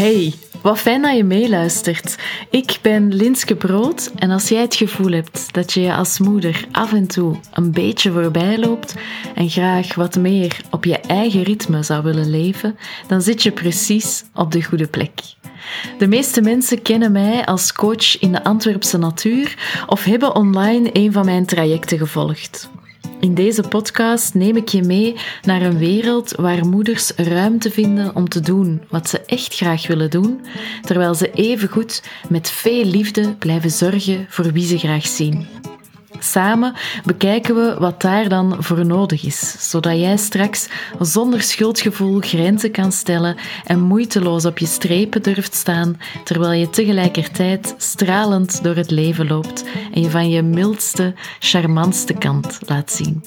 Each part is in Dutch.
Hey, wat fijn dat je meeluistert. Ik ben Linske Brood en als jij het gevoel hebt dat je je als moeder af en toe een beetje voorbij loopt en graag wat meer op je eigen ritme zou willen leven, dan zit je precies op de goede plek. De meeste mensen kennen mij als coach in de Antwerpse natuur of hebben online een van mijn trajecten gevolgd. In deze podcast neem ik je mee naar een wereld waar moeders ruimte vinden om te doen wat ze echt graag willen doen, terwijl ze evengoed met veel liefde blijven zorgen voor wie ze graag zien. Samen bekijken we wat daar dan voor nodig is, zodat jij straks zonder schuldgevoel grenzen kan stellen en moeiteloos op je strepen durft staan, terwijl je tegelijkertijd stralend door het leven loopt en je van je mildste, charmantste kant laat zien.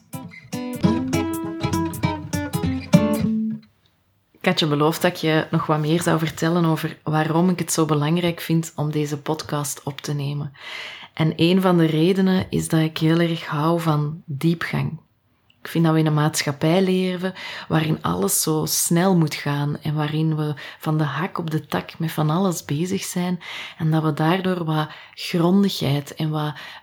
Ik had je beloofd dat ik je nog wat meer zou vertellen over waarom ik het zo belangrijk vind om deze podcast op te nemen. En een van de redenen is dat ik heel erg hou van diepgang. Ik vind dat we in een maatschappij leven waarin alles zo snel moet gaan en waarin we van de hak op de tak met van alles bezig zijn en dat we daardoor wat grondigheid en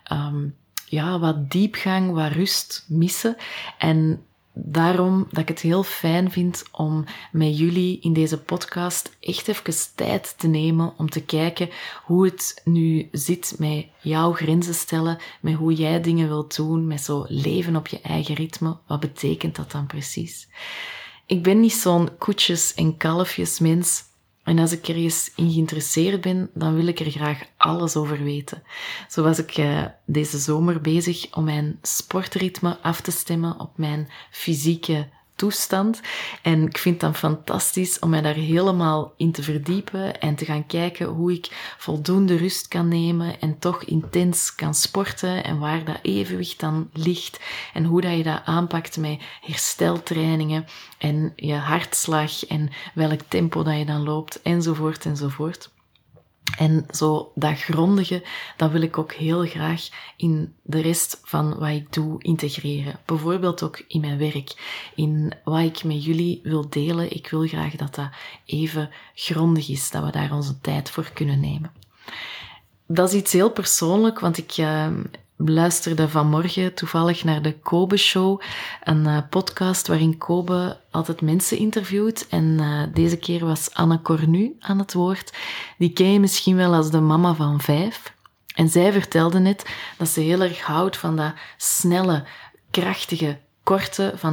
wat diepgang, wat rust missen. En daarom dat ik het heel fijn vind om met jullie in deze podcast echt even tijd te nemen om te kijken hoe het nu zit met jouw grenzen stellen, met hoe jij dingen wilt doen, met zo leven op je eigen ritme. Wat betekent dat dan precies? Ik ben niet zo'n koetjes- en kalfjes mens. En als ik ergens in geïnteresseerd ben, dan wil ik er graag alles over weten. Zo was ik deze zomer bezig om mijn sportritme af te stemmen op mijn fysieke toestand. En ik vind het dan fantastisch om mij daar helemaal in te verdiepen en te gaan kijken hoe ik voldoende rust kan nemen en toch intens kan sporten en waar dat evenwicht dan ligt en hoe dat je dat aanpakt met hersteltrainingen en je hartslag en welk tempo dat je dan loopt enzovoort enzovoort. En zo dat grondige, dat wil ik ook heel graag in de rest van wat ik doe integreren. Bijvoorbeeld ook in mijn werk, in wat ik met jullie wil delen. Ik wil graag dat dat even grondig is, dat we daar onze tijd voor kunnen nemen. Dat is iets heel persoonlijk, want ik luisterde vanmorgen toevallig naar de Kobe Show, een podcast waarin Kobe altijd mensen interviewt. En deze keer was Anne Cornu aan het woord. Die ken je misschien wel als de mama van 5. En zij vertelde net dat ze heel erg houdt van dat snelle, krachtige, korte van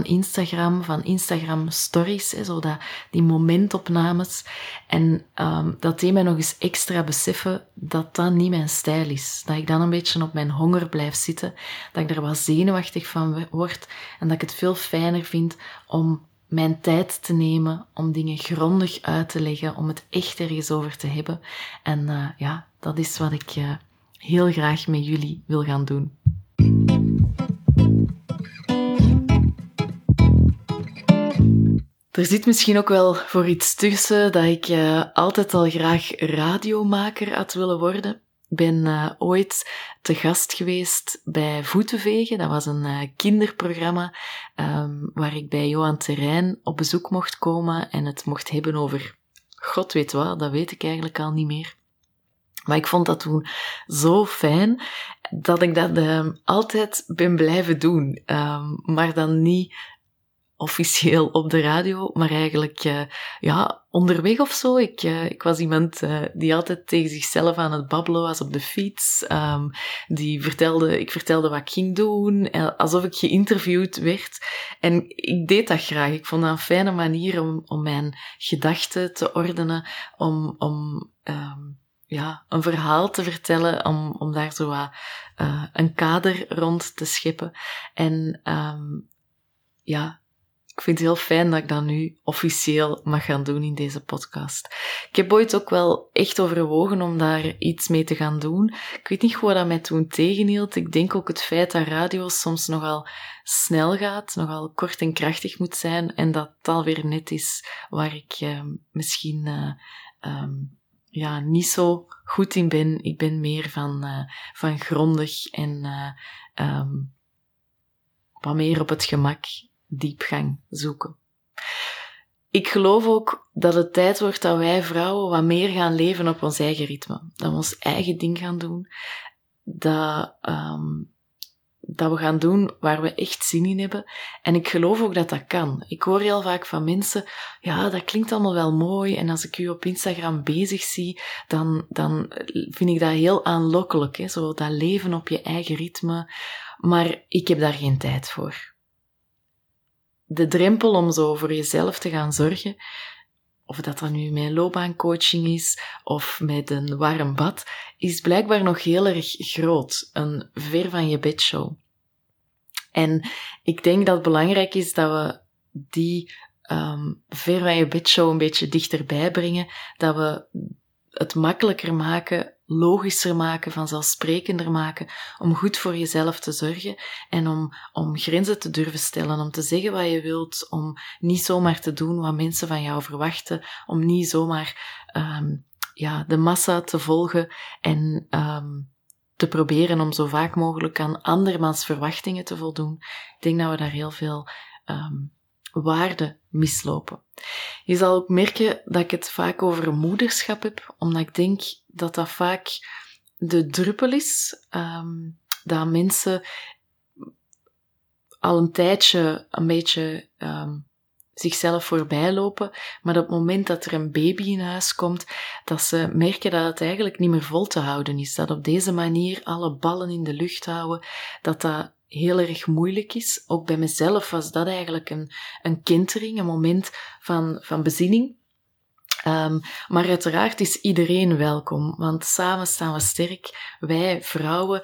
Instagram stories, zo die momentopnames. En dat deed mij nog eens extra beseffen dat dat niet mijn stijl is. Dat ik dan een beetje op mijn honger blijf zitten, dat ik er wat zenuwachtig van word en dat ik het veel fijner vind om mijn tijd te nemen, om dingen grondig uit te leggen, om het echt ergens over te hebben. En dat is wat ik heel graag met jullie wil gaan doen. Er zit misschien ook wel voor iets tussen dat ik altijd al graag radiomaker had willen worden. Ik ben ooit te gast geweest bij Voetenvegen. Dat was een kinderprogramma waar ik bij Johan Terrein op bezoek mocht komen en het mocht hebben over god weet wat, dat weet ik eigenlijk al niet meer. Maar ik vond dat toen zo fijn dat ik dat altijd ben blijven doen. Maar dan niet officieel op de radio, maar eigenlijk onderweg of zo. Ik was iemand die altijd tegen zichzelf aan het babbelen was op de fiets. Ik vertelde wat ik ging doen, alsof ik geïnterviewd werd. En ik deed dat graag. Ik vond dat een fijne manier om mijn gedachten te ordenen, om een verhaal te vertellen, om daar zo wat een kader rond te scheppen. En ik vind het heel fijn dat ik dat nu officieel mag gaan doen in deze podcast. Ik heb ooit ook wel echt overwogen om daar iets mee te gaan doen. Ik weet niet wat dat mij toen tegenhield. Ik denk ook het feit dat radio soms nogal snel gaat, nogal kort en krachtig moet zijn en dat het alweer net is waar ik misschien niet zo goed in ben. Ik ben meer van grondig en wat meer op het gemak diepgang zoeken. Ik geloof ook dat het tijd wordt dat wij vrouwen wat meer gaan leven op ons eigen ritme. Dat we ons eigen ding gaan doen. Dat we gaan doen waar we echt zin in hebben. En ik geloof ook dat dat kan. Ik hoor heel vaak van mensen, ja, dat klinkt allemaal wel mooi. En als ik u op Instagram bezig zie, dan vind ik dat heel aanlokkelijk. Hè? Zo dat leven op je eigen ritme. Maar ik heb daar geen tijd voor. De drempel om zo voor jezelf te gaan zorgen, of dat nu met loopbaancoaching is, of met een warm bad, is blijkbaar nog heel erg groot. Een ver van je bedshow. En ik denk dat het belangrijk is dat we die ver van je bedshow een beetje dichterbij brengen, dat we het makkelijker maken, logischer maken, vanzelfsprekender maken, om goed voor jezelf te zorgen en om grenzen te durven stellen, om te zeggen wat je wilt, om niet zomaar te doen wat mensen van jou verwachten, om niet zomaar de massa te volgen en te proberen om zo vaak mogelijk aan andermans verwachtingen te voldoen. Ik denk dat we daar heel veel waarde mislopen. Je zal ook merken dat ik het vaak over moederschap heb, omdat ik denk dat dat vaak de druppel is, dat mensen al een tijdje een beetje zichzelf voorbij lopen, maar op het moment dat er een baby in huis komt, dat ze merken dat het eigenlijk niet meer vol te houden is. Dat op deze manier alle ballen in de lucht houden, dat heel erg moeilijk is. Ook bij mezelf was dat eigenlijk een kentering, een moment van bezinning. Maar uiteraard is iedereen welkom, want samen staan we sterk. Wij vrouwen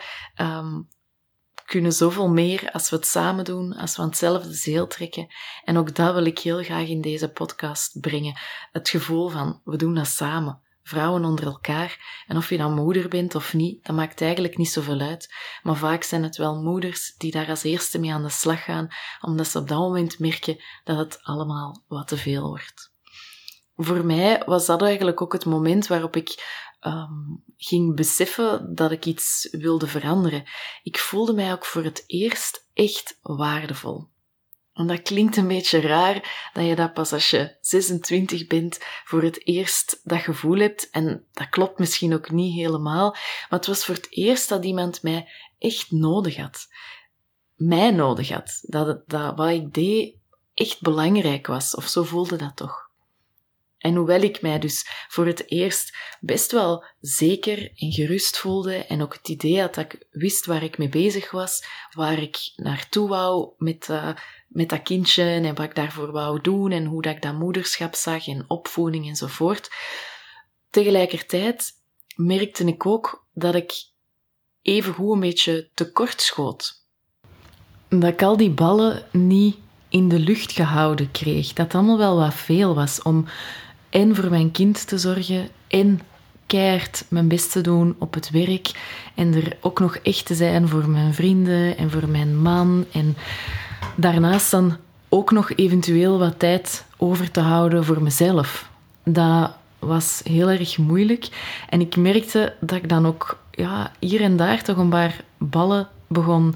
kunnen zoveel meer als we het samen doen, als we aan hetzelfde zeel trekken. En ook dat wil ik heel graag in deze podcast brengen. Het gevoel van, we doen dat samen. Vrouwen onder elkaar. En of je dan moeder bent of niet, dat maakt eigenlijk niet zoveel uit. Maar vaak zijn het wel moeders die daar als eerste mee aan de slag gaan, omdat ze op dat moment merken dat het allemaal wat te veel wordt. Voor mij was dat eigenlijk ook het moment waarop ik ging beseffen dat ik iets wilde veranderen. Ik voelde mij ook voor het eerst echt waardevol. En dat klinkt een beetje raar, dat je dat pas als je 26 bent voor het eerst dat gevoel hebt. En dat klopt misschien ook niet helemaal, maar het was voor het eerst dat iemand mij echt nodig had. Mij nodig had. Dat wat ik deed echt belangrijk was, of zo voelde dat toch. En hoewel ik mij dus voor het eerst best wel zeker en gerust voelde en ook het idee had dat ik wist waar ik mee bezig was, waar ik naartoe wou met dat kindje en wat ik daarvoor wou doen en hoe dat ik dat moederschap zag en opvoeding enzovoort. Tegelijkertijd merkte ik ook dat ik evengoed een beetje tekort schoot. Dat ik al die ballen niet in de lucht gehouden kreeg. Dat het allemaal wel wat veel was om en voor mijn kind te zorgen en keihard mijn best te doen op het werk en er ook nog echt te zijn voor mijn vrienden en voor mijn man en daarnaast dan ook nog eventueel wat tijd over te houden voor mezelf. Dat was heel erg moeilijk en ik merkte dat ik dan ook hier en daar toch een paar ballen begon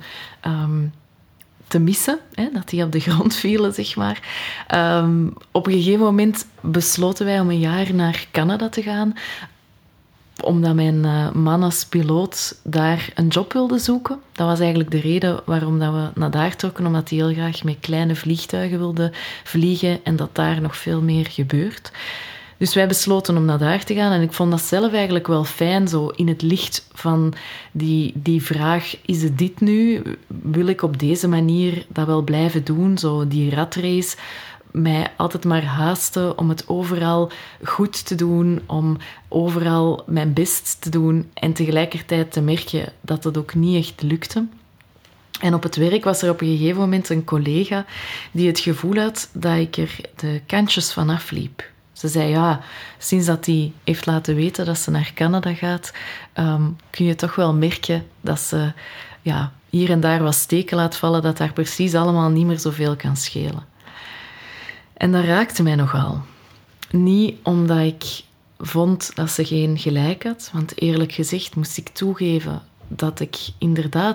te missen, hè, dat die op de grond vielen, zeg maar. Op een gegeven moment besloten wij om een jaar naar Canada te gaan, omdat mijn man als piloot daar een job wilde zoeken. Dat was eigenlijk de reden waarom dat we naar daar trokken, omdat hij heel graag met kleine vliegtuigen wilde vliegen en dat daar nog veel meer gebeurt. Dus wij besloten om naar daar te gaan en ik vond dat zelf eigenlijk wel fijn, zo in het licht van die vraag, is het dit nu? Wil ik op deze manier dat wel blijven doen? Zo die ratrace, mij altijd maar haasten om het overal goed te doen, om overal mijn best te doen en tegelijkertijd te merken dat het ook niet echt lukte. En op het werk was er op een gegeven moment een collega die het gevoel had dat ik er de kantjes van afliep. Ze zei, sinds dat hij heeft laten weten dat ze naar Canada gaat, kun je toch wel merken dat ze hier en daar wat steken laat vallen, dat daar precies allemaal niet meer zoveel kan schelen. En dat raakte mij nogal. Niet omdat ik vond dat ze geen gelijk had, want eerlijk gezegd moest ik toegeven dat ik inderdaad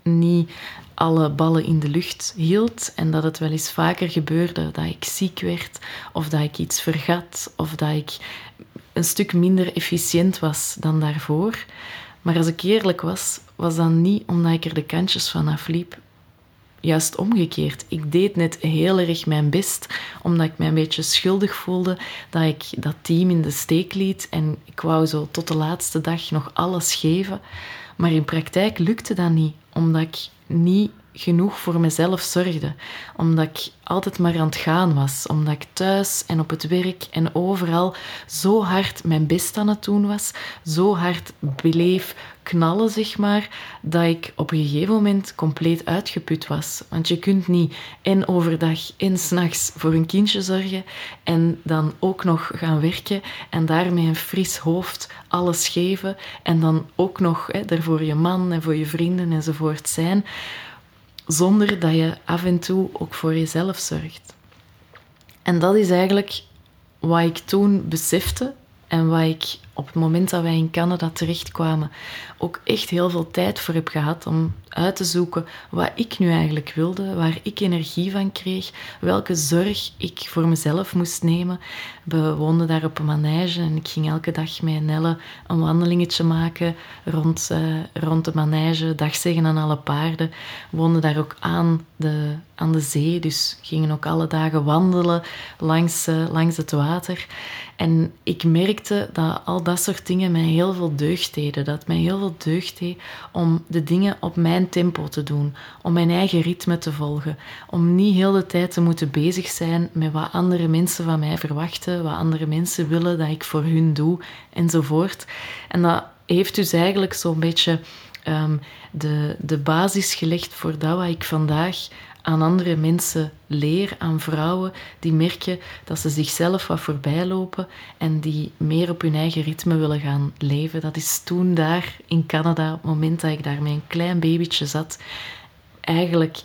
niet alle ballen in de lucht hield en dat het wel eens vaker gebeurde dat ik ziek werd of dat ik iets vergat of dat ik een stuk minder efficiënt was dan daarvoor. Maar als ik eerlijk was, was dat niet omdat ik er de kantjes van afliep. Juist omgekeerd. Ik deed net heel erg mijn best, omdat ik mij een beetje schuldig voelde dat ik dat team in de steek liet en ik wou zo tot de laatste dag nog alles geven. Maar in praktijk lukte dat niet, omdat ik niet genoeg voor mezelf zorgde. Omdat ik altijd maar aan het gaan was. Omdat ik thuis en op het werk en overal zo hard mijn best aan het doen was. Zo hard bleef knallen, zeg maar, dat ik op een gegeven moment compleet uitgeput was. Want je kunt niet en overdag en 's nachts voor een kindje zorgen en dan ook nog gaan werken en daarmee een fris hoofd alles geven en dan ook nog er voor je man en voor je vrienden enzovoort zijn, zonder dat je af en toe ook voor jezelf zorgt. En dat is eigenlijk wat ik toen besefte en wat ik op het moment dat wij in Canada terechtkwamen ook echt heel veel tijd voor heb gehad om uit te zoeken wat ik nu eigenlijk wilde, waar ik energie van kreeg, welke zorg ik voor mezelf moest nemen. We woonden daar op een manege en ik ging elke dag met Nelle een wandelingetje maken rond de manege, dag zeggen aan alle paarden. We woonden daar ook aan de zee, dus gingen ook alle dagen wandelen langs het water. En ik merkte dat al dat soort dingen mij heel veel deugd deden. Dat het mij heel veel deugd deed om de dingen op mijn tempo te doen. Om mijn eigen ritme te volgen. Om niet heel de tijd te moeten bezig zijn met wat andere mensen van mij verwachten. Wat andere mensen willen dat ik voor hun doe. Enzovoort. En dat heeft dus eigenlijk zo'n beetje de basis gelegd voor dat wat ik vandaag aan andere mensen leer, aan vrouwen die merken dat ze zichzelf wat voorbij lopen en die meer op hun eigen ritme willen gaan leven. Dat is toen daar in Canada, op het moment dat ik daar met een klein babytje zat, eigenlijk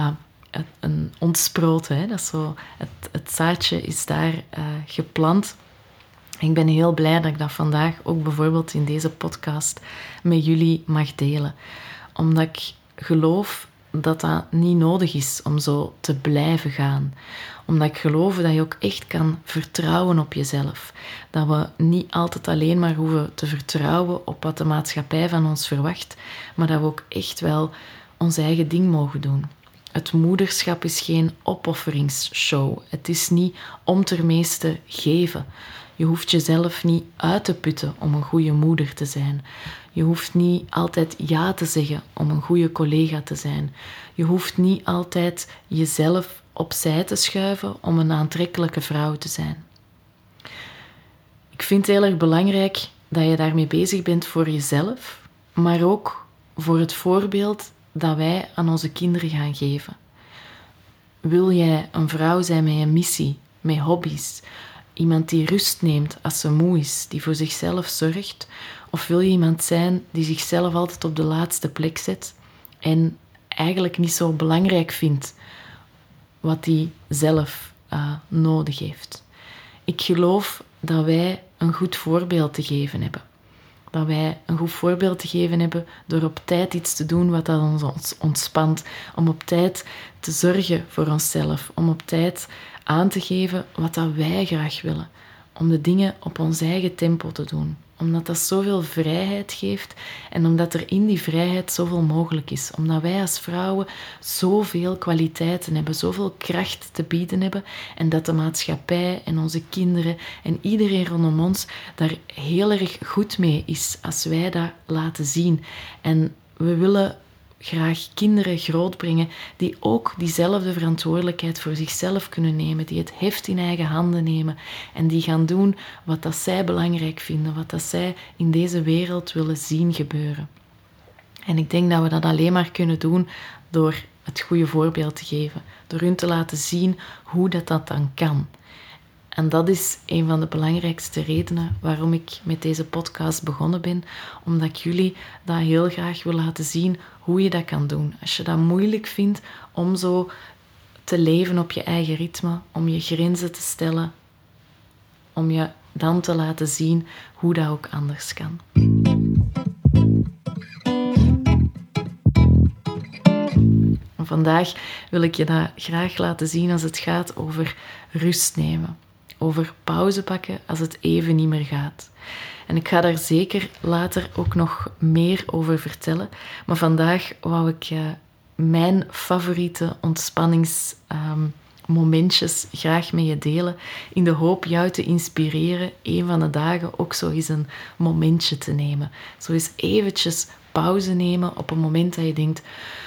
een ontsproten. Hè? Dat is zo, het zaadje is daar geplant. Ik ben heel blij dat ik dat vandaag ook bijvoorbeeld in deze podcast met jullie mag delen. Omdat ik geloof dat dat niet nodig is om zo te blijven gaan. Omdat ik geloof dat je ook echt kan vertrouwen op jezelf. Dat we niet altijd alleen maar hoeven te vertrouwen op wat de maatschappij van ons verwacht, maar dat we ook echt wel ons eigen ding mogen doen. Het moederschap is geen opofferingsshow. Het is niet om ter meeste geven. Je hoeft jezelf niet uit te putten om een goede moeder te zijn. Je hoeft niet altijd ja te zeggen om een goede collega te zijn. Je hoeft niet altijd jezelf opzij te schuiven om een aantrekkelijke vrouw te zijn. Ik vind het heel erg belangrijk dat je daarmee bezig bent voor jezelf, maar ook voor het voorbeeld dat wij aan onze kinderen gaan geven. Wil jij een vrouw zijn met een missie, met hobby's, iemand die rust neemt als ze moe is, die voor zichzelf zorgt? Of wil je iemand zijn die zichzelf altijd op de laatste plek zet en eigenlijk niet zo belangrijk vindt wat hij zelf nodig heeft? Ik geloof dat wij een goed voorbeeld te geven hebben. Dat wij een goed voorbeeld te geven hebben door op tijd iets te doen wat dat ons ontspant. Om op tijd te zorgen voor onszelf. Om op tijd aan te geven wat dat wij graag willen. Om de dingen op ons eigen tempo te doen. Omdat dat zoveel vrijheid geeft en omdat er in die vrijheid zoveel mogelijk is. Omdat wij als vrouwen zoveel kwaliteiten hebben, zoveel kracht te bieden hebben en dat de maatschappij en onze kinderen en iedereen rondom ons daar heel erg goed mee is als wij dat laten zien. En we willen graag kinderen grootbrengen die ook diezelfde verantwoordelijkheid voor zichzelf kunnen nemen, die het heft in eigen handen nemen en die gaan doen wat dat zij belangrijk vinden, wat dat zij in deze wereld willen zien gebeuren. En ik denk dat we dat alleen maar kunnen doen door het goede voorbeeld te geven, door hun te laten zien hoe dat dan kan. En dat is een van de belangrijkste redenen waarom ik met deze podcast begonnen ben. Omdat ik jullie dat heel graag wil laten zien hoe je dat kan doen. Als je dat moeilijk vindt om zo te leven op je eigen ritme, om je grenzen te stellen, om je dan te laten zien hoe dat ook anders kan. Vandaag wil ik je dat graag laten zien als het gaat over rust nemen. Over pauze pakken als het even niet meer gaat. En ik ga daar zeker later ook nog meer over vertellen. Maar vandaag wou ik mijn favoriete ontspanningsmomentjes graag met je delen. In de hoop jou te inspireren een van de dagen ook zo eens een momentje te nemen. Zo eens eventjes pauze nemen op een moment dat je denkt...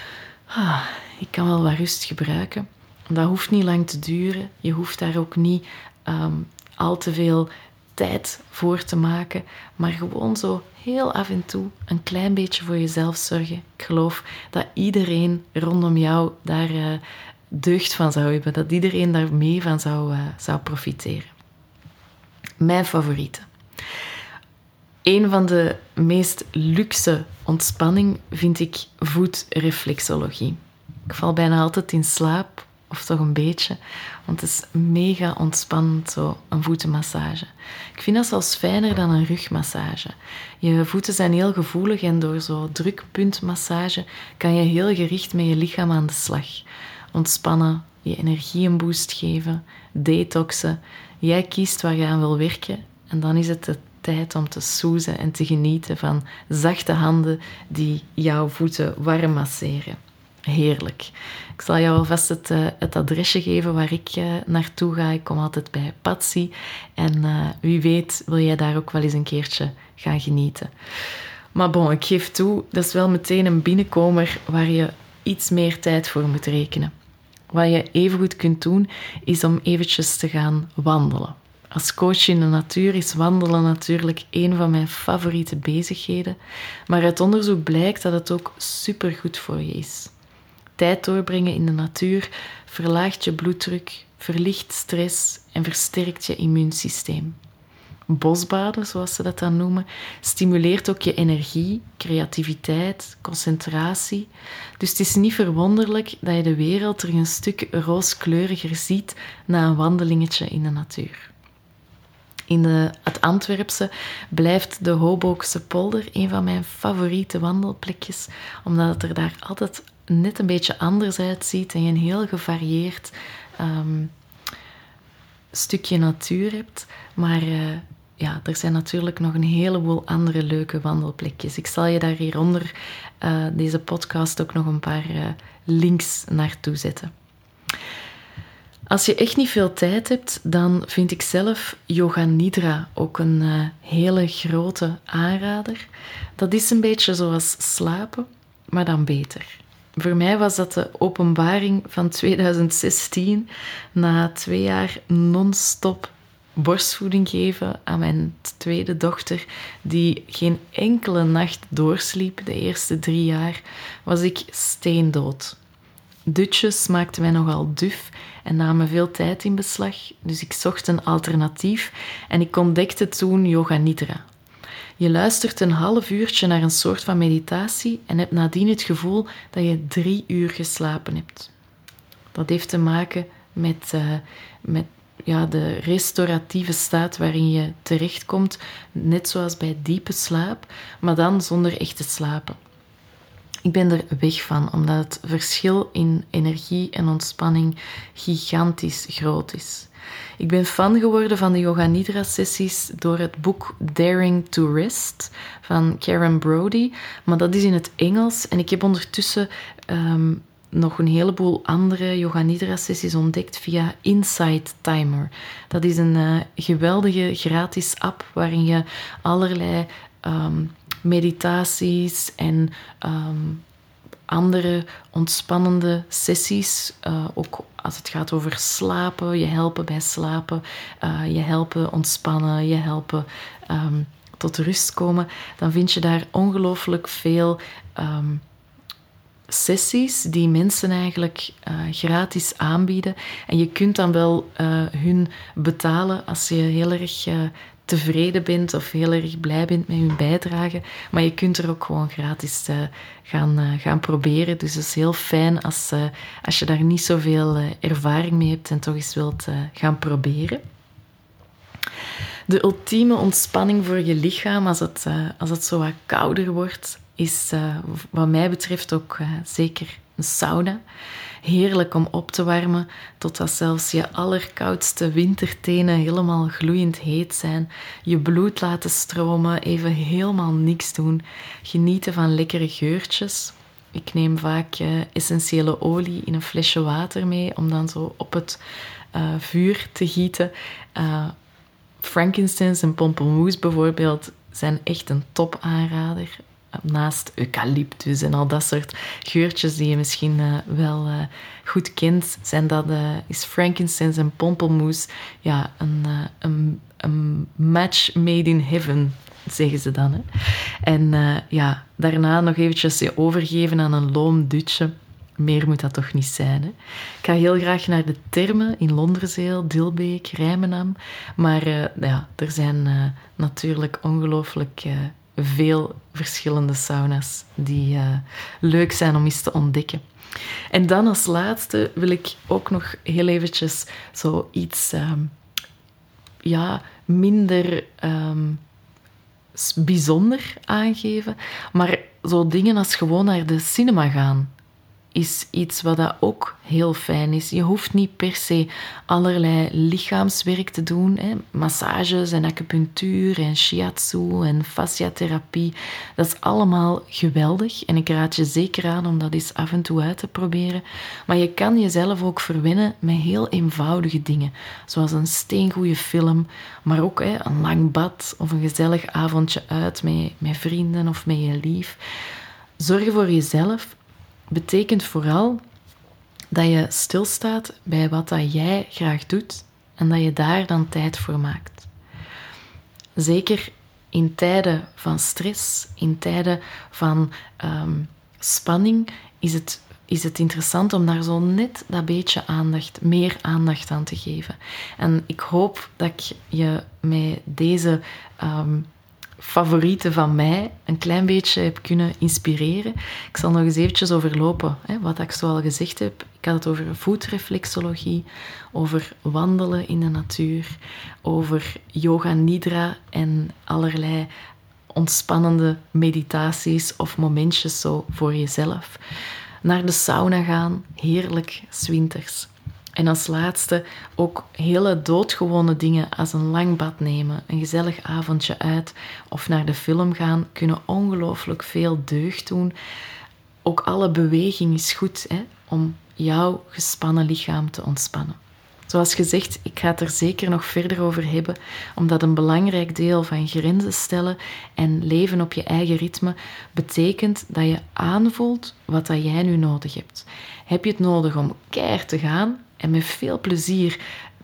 ik kan wel wat rust gebruiken. Dat hoeft niet lang te duren. Je hoeft daar ook niet al te veel tijd voor te maken. Maar gewoon zo heel af en toe een klein beetje voor jezelf zorgen. Ik geloof dat iedereen rondom jou daar deugd van zou hebben. Dat iedereen daar mee van zou profiteren. Mijn favoriete. Een van de meest luxe ontspanning vind ik voetreflexologie. Ik val bijna altijd in slaap, of toch een beetje, want het is mega ontspannend, zo een voetenmassage. Ik vind dat zelfs fijner dan een rugmassage. Je voeten zijn heel gevoelig en door zo'n drukpuntmassage kan je heel gericht met je lichaam aan de slag. Ontspannen, je energie een boost geven, detoxen. Jij kiest waar je aan wil werken en dan is het de tijd om te soezen en te genieten van zachte handen die jouw voeten warm masseren. Heerlijk. Ik zal jou alvast het adresje geven waar ik naartoe ga. Ik kom altijd bij Patsy. En wie weet wil jij daar ook wel eens een keertje gaan genieten. Maar bon, ik geef toe, dat is wel meteen een binnenkomer waar je iets meer tijd voor moet rekenen. Wat je evengoed kunt doen, is om eventjes te gaan wandelen. Als coach in de natuur is wandelen natuurlijk een van mijn favoriete bezigheden. Maar uit onderzoek blijkt dat het ook supergoed voor je is. Tijd doorbrengen in de natuur verlaagt je bloeddruk, verlicht stress en versterkt je immuunsysteem. Bosbaden, zoals ze dat dan noemen, stimuleert ook je energie, creativiteit, concentratie. Dus het is niet verwonderlijk dat je de wereld er een stuk rooskleuriger ziet na een wandelingetje in de natuur. In het Antwerpse blijft de Hoboken polder een van mijn favoriete wandelplekjes, omdat het er daar altijd net een beetje anders uitziet en je een heel gevarieerd stukje natuur hebt. Maar er zijn natuurlijk nog een heleboel andere leuke wandelplekjes. Ik zal je daar hieronder deze podcast ook nog een paar links naartoe zetten. Als je echt niet veel tijd hebt, dan vind ik zelf Yoga Nidra ook een hele grote aanrader. Dat is een beetje zoals slapen, maar dan beter. Voor mij was dat de openbaring van 2016, na 2 jaar non-stop borstvoeding geven aan mijn tweede dochter, die geen enkele nacht doorsliep. De eerste 3 jaar was ik steendood. Dutjes maakten mij nogal duf en namen veel tijd in beslag, dus ik zocht een alternatief en ik ontdekte toen Yoga Nidra. Je luistert een half uurtje naar een soort van meditatie en hebt nadien het gevoel dat je 3 uur geslapen hebt. Dat heeft te maken met de restauratieve staat waarin je terechtkomt, net zoals bij diepe slaap, maar dan zonder echt te slapen. Ik ben er weg van, omdat het verschil in energie en ontspanning gigantisch groot is. Ik ben fan geworden van de Yoga Nidra sessies door het boek Daring to Rest van Karen Brody, maar dat is in het Engels en ik heb ondertussen nog een heleboel andere Yoga Nidra sessies ontdekt via Insight Timer. Dat is een geweldige gratis app waarin je allerlei meditaties en andere ontspannende sessies, ook als het gaat over slapen, je helpen bij slapen, je helpen ontspannen, je helpen tot rust komen, dan vind je daar ongelooflijk veel sessies die mensen eigenlijk gratis aanbieden. En je kunt dan wel hun betalen als je heel erg tevreden bent of heel erg blij bent met hun bijdrage. Maar je kunt er ook gewoon gratis gaan proberen. Dus het is heel fijn als je daar niet zoveel ervaring mee hebt en toch eens wilt gaan proberen. De ultieme ontspanning voor je lichaam als het zo wat kouder wordt, is wat mij betreft ook zeker een sauna. Heerlijk om op te warmen, totdat zelfs je allerkoudste wintertenen helemaal gloeiend heet zijn. Je bloed laten stromen, even helemaal niks doen. Genieten van lekkere geurtjes. Ik neem vaak essentiële olie in een flesje water mee, om dan zo op het vuur te gieten. Frankincense en pompelmoes bijvoorbeeld zijn echt een topaanrader. Naast eucalyptus en al dat soort geurtjes die je misschien wel goed kent, is frankincense en pompelmoes een match made in heaven, zeggen ze dan. Hè. En daarna nog eventjes je overgeven aan een loom dutje. Meer moet dat toch niet zijn. Hè? Ik ga heel graag naar de Thermen in Londerzeel, Dilbeek, Rijmenam. Maar er zijn natuurlijk ongelooflijk veel verschillende sauna's die leuk zijn om eens te ontdekken. En dan als laatste wil ik ook nog heel eventjes zoiets minder bijzonder aangeven. Maar zo dingen als gewoon naar de cinema gaan is iets wat dat ook heel fijn is. Je hoeft niet per se allerlei lichaamswerk te doen. Hè. Massages en acupunctuur en shiatsu en fasciatherapie. Dat is allemaal geweldig. En ik raad je zeker aan om dat eens af en toe uit te proberen. Maar je kan jezelf ook verwennen met heel eenvoudige dingen. Zoals een steengoeie film, maar ook een lang bad of een gezellig avondje uit met vrienden of met je lief. Zorgen voor jezelf betekent vooral dat je stilstaat bij wat dat jij graag doet en dat je daar dan tijd voor maakt. Zeker in tijden van stress, in tijden van spanning, is het interessant om daar zo net dat beetje meer aandacht aan te geven. En ik hoop dat ik je met deze favorieten van mij een klein beetje heb kunnen inspireren. Ik zal nog eens eventjes overlopen wat ik zo al gezegd heb. Ik had het over voetreflexologie, over wandelen in de natuur, over yoga nidra en allerlei ontspannende meditaties of momentjes zo voor jezelf. Naar de sauna gaan, heerlijk 's winters. En als laatste ook hele doodgewone dingen als een lang bad nemen, een gezellig avondje uit of naar de film gaan, kunnen ongelooflijk veel deugd doen. Ook alle beweging is goed om jouw gespannen lichaam te ontspannen. Zoals gezegd, ik ga het er zeker nog verder over hebben, omdat een belangrijk deel van grenzen stellen en leven op je eigen ritme betekent dat je aanvoelt wat dat jij nu nodig hebt. Heb je het nodig om keihard te gaan en met veel plezier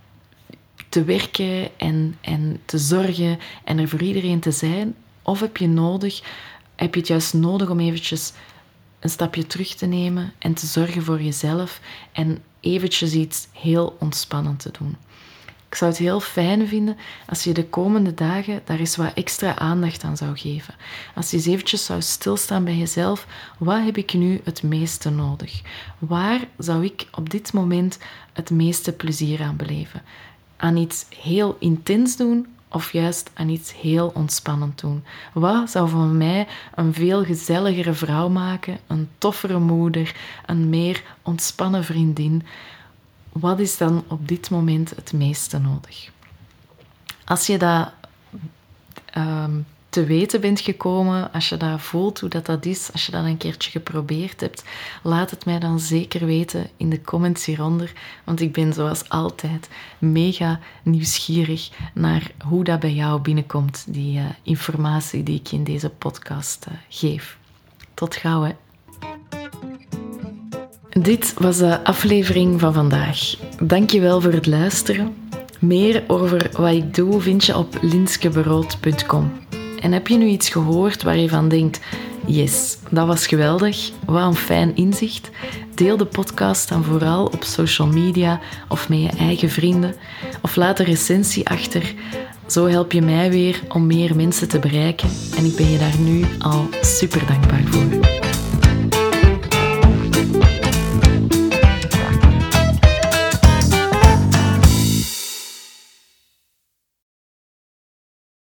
te werken en te zorgen en er voor iedereen te zijn? Of heb je het juist nodig om eventjes een stapje terug te nemen en te zorgen voor jezelf en eventjes iets heel ontspannend te doen? Ik zou het heel fijn vinden als je de komende dagen daar eens wat extra aandacht aan zou geven. Als je eens eventjes zou stilstaan bij jezelf. Wat heb ik nu het meeste nodig? Waar zou ik op dit moment het meeste plezier aan beleven? Aan iets heel intens doen of juist aan iets heel ontspannend doen? Wat zou van mij een veel gezelligere vrouw maken, een toffere moeder, een meer ontspannen vriendin? Wat is dan op dit moment het meeste nodig? Als je dat te weten bent gekomen, als je dat voelt hoe dat is, als je dat een keertje geprobeerd hebt, laat het mij dan zeker weten in de comments hieronder, want ik ben zoals altijd mega nieuwsgierig naar hoe dat bij jou binnenkomt, die informatie die ik in deze podcast geef. Tot gauw, hè. Dit was de aflevering van vandaag. Dankjewel voor het luisteren. Meer over wat ik doe vind je op linskeberood.com. En heb je nu iets gehoord waar je van denkt, yes, dat was geweldig, wat een fijn inzicht? Deel de podcast dan vooral op social media of met je eigen vrienden. Of laat een recensie achter. Zo help je mij weer om meer mensen te bereiken. En ik ben je daar nu al super dankbaar voor.